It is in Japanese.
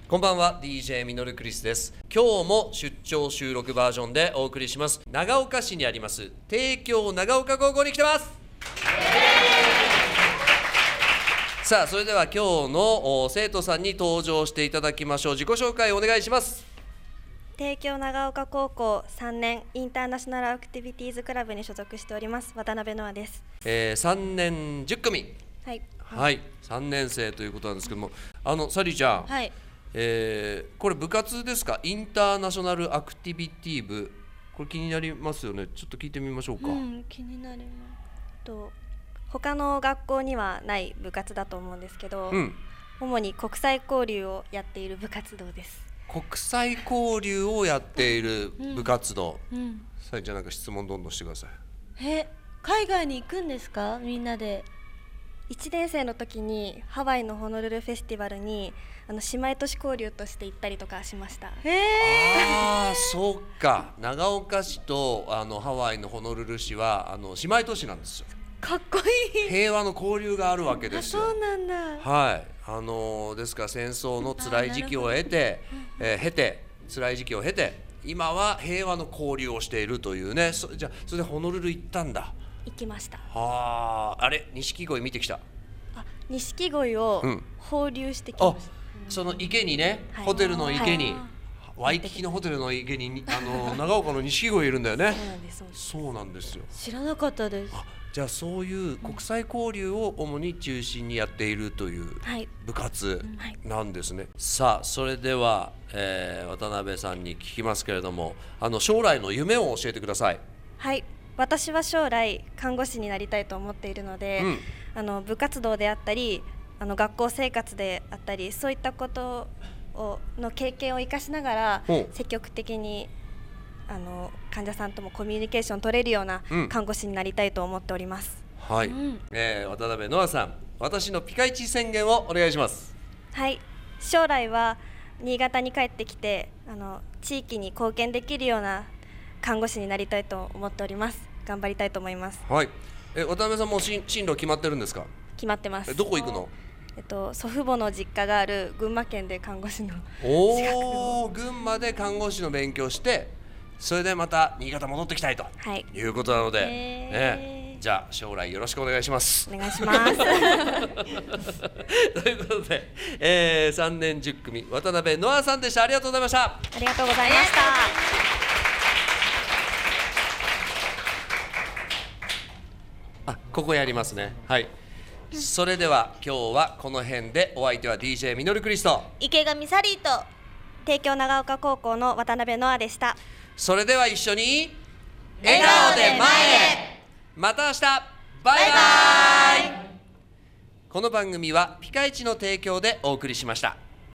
こんばんは、 DJ ミノルクリスです。今日も出張収録バージョンでお送りします。長岡市にあります帝京長岡高校に来てます。さあ、それでは今日の生徒さんに登場していただきましょう。自己紹介お願いします。 帝京長岡高校3年インターナショナルアクティビティーズクラブに所属しております渡辺乃愛です。 3年10組、はい、3年生ということなんですけども、サリーちゃん、 はい、 これ部活ですか？インターナショナルアクティビティ部、これ気になりますよね。ちょっと聞いてみましょうか。 気になります。他の学校にはない部活だと思うんですけど、主に国際交流をやっている部活動です。 国際交流をやっている部活動、さりちゃん、なんか質問どんどんしてください。 海外に行くんですか？みんなで。 1年生の時にハワイのホノルルフェスティバルに姉妹都市交流として行ったりとかしました。 そうか。長岡市とハワイのホノルル市は姉妹都市なんですよ。 かっこいい。 平和の交流があるわけですよ。 そうなんだ。 はい。ですから戦争の辛い時期を経て、辛い時期を経て、今は平和の交流をしているというね。じゃあそれでホノルル行ったんだ。 行きました。 あれ、錦鯉見てきた？ 錦鯉を放流してきました。 その池にね、ホテルの池に、ワイキキのホテルの池に長岡の錦鯉いるんだよね。そうなんですよ。 知らなかったです。 じゃあそういう国際交流を主に中心にやっているという部活なんですね。さあ、それでは、渡辺さんに聞きますけれども、将来の夢を教えてください。 はい、私は将来看護師になりたいと思っているので、部活動であったり学校生活であったり、そういったことの経験を生かしながら積極的に患者さんともコミュニケーション取れるような看護師になりたいと思っております。 はい、渡辺乃愛さん、私のピカイチ宣言をお願いします。 はい、将来は新潟に帰ってきて地域に貢献できるような看護師になりたいと思っております。頑張りたいと思います。 はい。渡辺さんも進路決まってるんですか？ 決まってます。 どこ行くの？ 祖父母の実家がある群馬県で看護師の資格を。 群馬で看護師の勉強して、それでまた新潟戻ってきたいと、いうことなので、じゃあ将来よろしくお願いします。 お願いしますということで、3年10組渡辺乃愛さんでした。ありがとうございました。 ありがとうございました。 ここやりますね。はい。それでは今日はこの辺で。お相手は DJ ミノルクリスト、 池上サリーと帝京長岡高校の渡辺乃愛でした。 それでは一緒に笑顔で前へ。また明日。バイバイ。この番組はピカイチの提供でお送りしました。